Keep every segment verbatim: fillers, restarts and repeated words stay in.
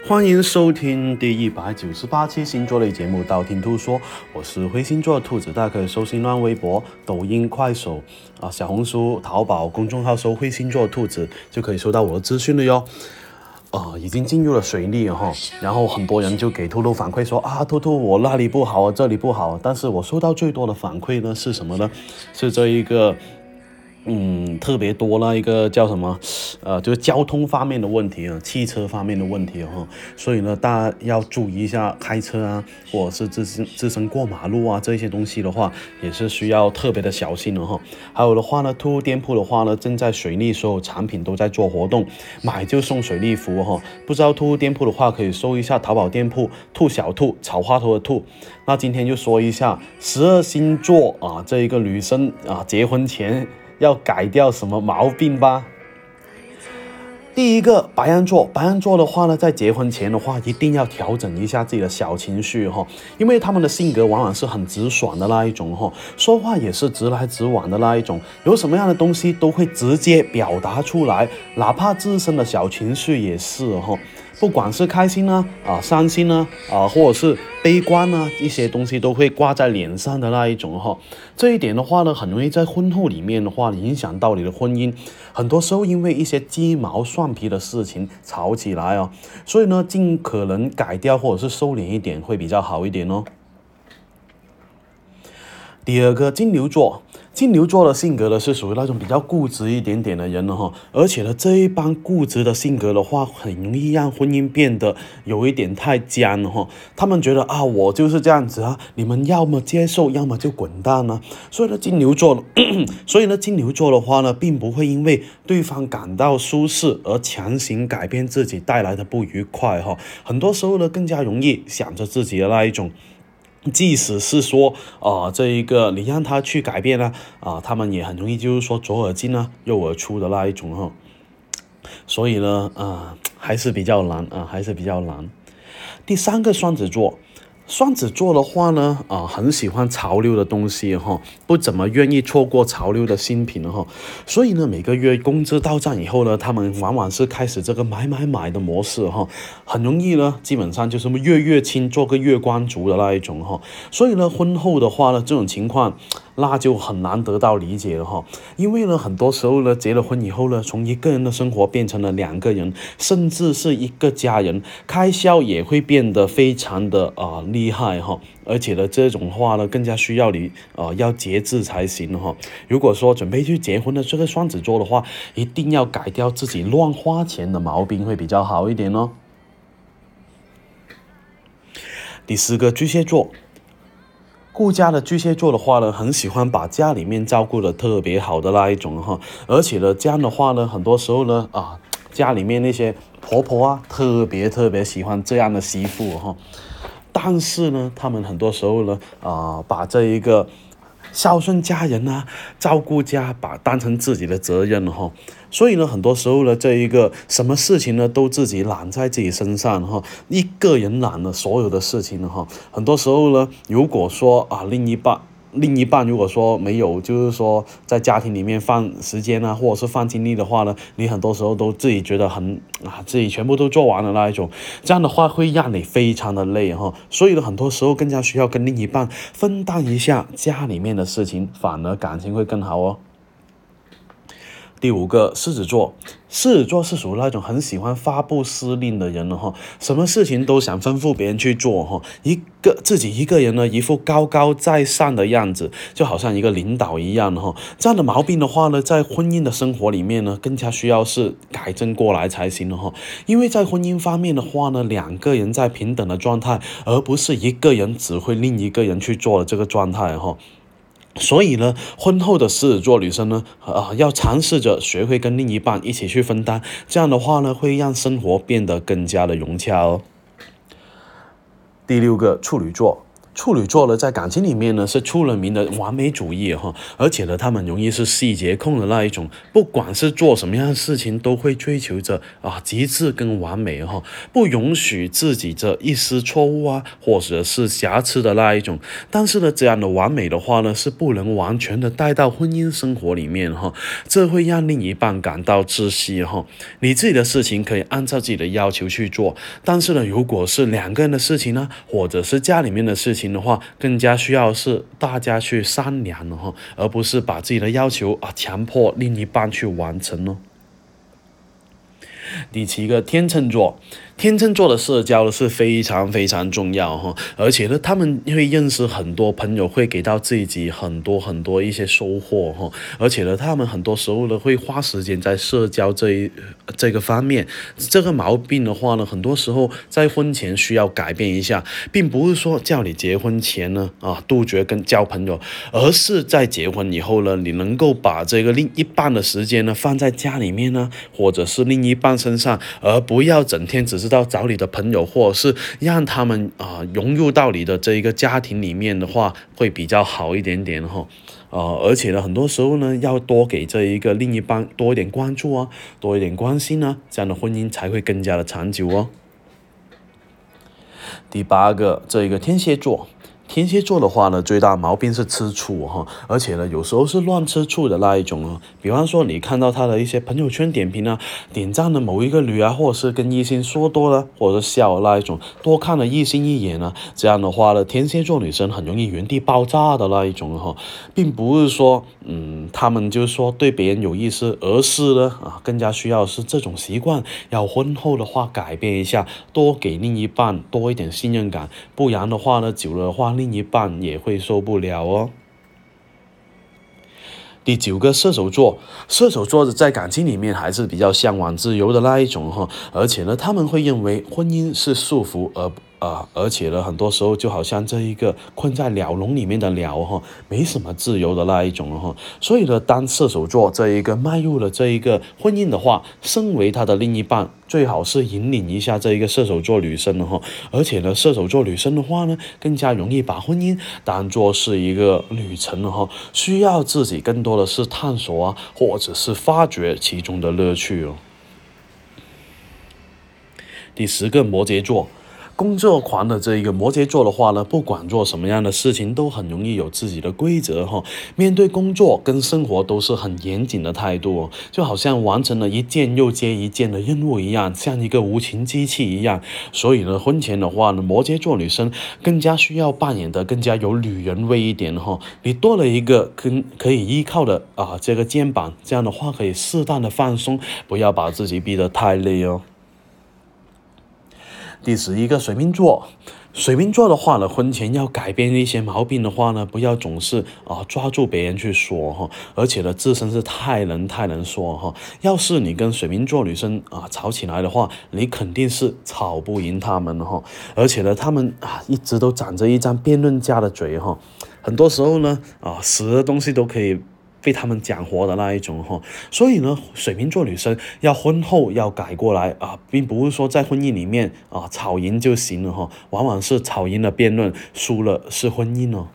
欢迎收听第一百九十八期星座类节目《道听途说》，我是灰星座的兔子，大家可以搜新浪微博、抖音、快手啊、小红书、淘宝公众号搜灰星座的兔子，就可以收到我的资讯了哟。呃，已经进入了水逆哈，然后很多人就给兔兔反馈说啊，兔兔我那里不好，这里不好，但是我收到最多的反馈呢是什么呢？是这一个。嗯，特别多了一个叫什么，呃，就是交通方面的问题啊，汽车方面的问题哈，所以呢，大家要注意一下开车啊，或者是自身自身过马路啊这些东西的话，也是需要特别的小心的哈。还有的话呢，兔兔店铺的话呢，正在水逆，所有产品都在做活动，买就送水逆服哈。不知道兔兔店铺的话，可以搜一下淘宝店铺兔小兔草花头的兔。那今天就说一下十二星座啊，这一个女生啊，结婚前要改掉什么毛病吧？第一个，白羊座，白羊座的话呢，在结婚前的话，一定要调整一下自己的小情绪哈，因为他们的性格往往是很直爽的那一种哈，说话也是直来直往的那一种，有什么样的东西都会直接表达出来，哪怕自身的小情绪也是哈。不管是开心啊、啊伤心啊、啊或者是悲观啊，一些东西都会挂在脸上的那一种哈。这一点的话呢，很容易在婚后里面的话影响到你的婚姻。很多时候因为一些鸡毛蒜皮的事情吵起来哦，所以呢，尽可能改掉或者是收敛一点会比较好一点哦。第二个，金牛座。金牛座的性格呢是属于那种比较固执一点点的人了哈，而且呢这一般固执的性格的话，很容易让婚姻变得有一点太僵了哈。他们觉得啊，我就是这样子啊，你们要么接受，要么就滚蛋啊。所以呢，金牛座，所以呢，金牛座的话呢，并不会因为对方感到舒适而强行改变自己带来的不愉快哈。很多时候呢，更加容易想着自己的那一种。即使是说啊、呃，这一个你让他去改变呢、啊，啊，他们也很容易就是说左耳进啊，右耳出的那一种哈。所以呢，啊，还是比较难啊，还是比较难。第三个，双子座。双子座的话呢，啊，很喜欢潮流的东西哈，不怎么愿意错过潮流的新品哈，所以呢，每个月工资到账以后呢，他们往往是开始这个买买买的模式哈，很容易呢，基本上就是月月清，做个月光族的那一种哈，所以呢，婚后的话呢，这种情况那就很难得到理解了哈，因为呢，很多时候呢，结了婚以后呢，从一个人的生活变成了两个人，甚至是一个家人，开销也会变得非常的啊、呃、厉害哈，而且呢，这种话呢，更加需要你啊、呃、要节制才行哈。如果说准备去结婚的这个双子座的话，一定要改掉自己乱花钱的毛病，会比较好一点哦。第四个，巨蟹座。顾家的巨蟹座的话呢，很喜欢把家里面照顾的特别好的那一种哈，而且呢，这样的话呢，很多时候呢，啊，家里面那些婆婆啊，特别特别喜欢这样的媳妇哈。但是呢，他们很多时候呢，啊，把这一个孝顺家人啊，照顾家，把当成自己的责任哈。所以呢，很多时候呢，这一个什么事情呢，都自己揽在自己身上哈，一个人揽了所有的事情哈。很多时候呢，如果说啊，另一半。另一半如果说没有，就是说在家庭里面放时间啊，或者是放精力的话呢，你很多时候都自己觉得很啊，自己全部都做完了那一种，这样的话会让你非常的累哈。所以呢，很多时候更加需要跟另一半分担一下家里面的事情，反而感情会更好哦。第五个，狮子座。狮子座是属于那种很喜欢发布司令的人了哈，什么事情都想吩咐别人去做哈，一个自己一个人呢，一副高高在上的样子，就好像一个领导一样哈。这样的毛病的话呢，在婚姻的生活里面呢，更加需要是改正过来才行了哈。因为在婚姻方面的话呢，两个人在平等的状态，而不是一个人指挥另一个人去做的这个状态哈。所以呢，婚后的狮子座女生呢，啊、呃，要尝试着学会跟另一半一起去分担，这样的话呢，会让生活变得更加的融洽哦。第六个，处女座。 处女座呢，在感情里面呢是出了名的完美主义哈，而且呢，他们容易是细节控的那一种，不管是做什么样的事情，都会追求着啊极致跟完美哈，不允许自己这一丝错误啊，或者是瑕疵的那一种。但是呢，这样的完美的话呢，是不能完全的带到婚姻生活里面哈，这会让另一半感到窒息哈。你自己的事情可以按照自己的要求去做，但是呢，如果是两个人的事情呢，或者是家里面的事情的话，更加需要是大家去商量的哈，而不是把自己的要求啊强迫另一半去完成哦。第七个，天秤座。天秤座的社交呢是非常非常重要哈，而且呢，他们会认识很多朋友，会给到自己很多很多一些收获哈，而且呢，他们很多时候呢会花时间在社交这一这个方面。这个毛病的话呢，很多时候在婚前需要改变一下，并不是说叫你结婚前呢啊杜绝跟交朋友，而是在结婚以后呢，你能够把这个另一半的时间呢放在家里面呢，或者是另一半身上，而不要整天只是到找你的朋友，或者是让他们啊、呃、融入到你的这一个家庭里面的话，会比较好一点点哈。呃，而且呢，很多时候呢，要多给这一个另一半多一点关注啊，多一点关心啊，这样的婚姻才会更加的长久哦。第八个，这一个天蝎座。天蝎座的话呢，最大毛病是吃醋哈，而且呢，有时候是乱吃醋的那一种哦。比方说，你看到他的一些朋友圈点评啊，点赞的某一个女啊，或者是跟异性说多了，或者是笑的那一种，多看了异性一眼啊，这样的话呢，天蝎座女生很容易原地爆炸的那一种哈，并不是说嗯，他们就是说对别人有意思，而是呢啊，更加需要是这种习惯，要婚后的话改变一下，多给另一半多一点信任感，不然的话呢，久了的话，另一半也会受不了哦。第九个，射手座。射手座在感情里面还是比较向往自由的那一种哈，而且呢，他们会认为婚姻是束缚，而啊、呃，而且呢，很多时候就好像这一个困在鸟笼里面的鸟哈，没什么自由的那一种哈。所以呢，当射手座这一个迈入了这一个婚姻的话，身为他的另一半，最好是引领一下这一个射手座女生的哈。而且呢，射手座女生的话呢，更加容易把婚姻当作是一个旅程的哈，需要自己更多的是探索啊，或者是发掘其中的乐趣哦。第十个，摩羯座。工作狂的这一个摩羯座的话呢，不管做什么样的事情，都很容易有自己的规则哈。面对工作跟生活都是很严谨的态度哦，就好像完成了一件又接一件的任务一样，像一个无情机器一样。所以呢，婚前的话呢，摩羯座女生更加需要扮演的更加有女人味一点哈。你多了一个跟可以依靠的啊这个肩膀，这样的话可以适当的放松，不要把自己逼得太累哦。第十一个，水瓶座。水瓶座的话呢，婚前要改变一些毛病的话呢，不要总是啊抓住别人去说哈，而且呢自身是太能太能说哈。要是你跟水瓶座女生啊吵起来的话，你肯定是吵不赢他们哈。而且呢，他们啊一直都长着一张辩论家的嘴哈，很多时候呢啊死的东西都可以被他们讲活的那一种哈，所以呢，水瓶座女生要婚后要改过来啊，并不是说在婚姻里面啊吵赢就行了哈，往往是吵赢了辩论，输了是婚姻哦。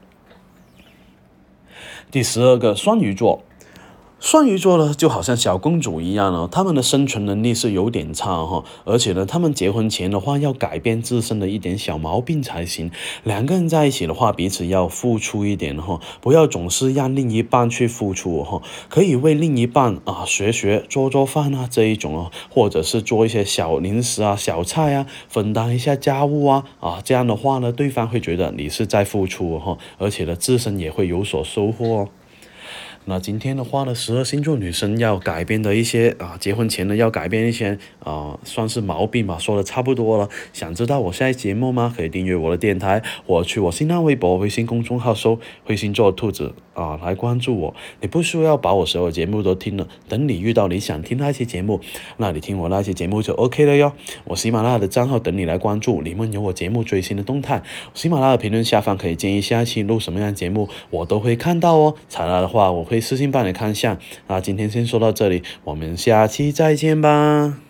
第十二个，双鱼座。双鱼座呢，就好像小公主一样哦，他们的生存能力是有点差哈，而且呢，他们结婚前的话要改变自身的一点小毛病才行。两个人在一起的话，彼此要付出一点哈，不要总是让另一半去付出哈，可以为另一半啊学学做做饭啊这一种哦，或者是做一些小零食啊、小菜啊，分担一下家务啊啊，这样的话呢，对方会觉得你是在付出哈，而且呢，自身也会有所收获哦。那今天的话呢，十二星座女生要改变的一些啊，结婚前呢要改变一些啊，算是毛病吧，说的差不多了。想知道我下一节目吗？可以订阅我的电台，我去我新浪微博、微信公众号搜“灰星座兔子”啊，来关注我。你不需要把我所有节目都听了，等你遇到你想听那些节目，那你听我那些节目就 OK 了哟。我喜马拉雅的账号等你来关注，里面有我节目最新的动态。喜马拉雅评论下方可以建议下一期录什么样的节目，我都会看到哦。采纳的话，我会私信帮你看一下。那今天先说到这里，我们下期再见吧。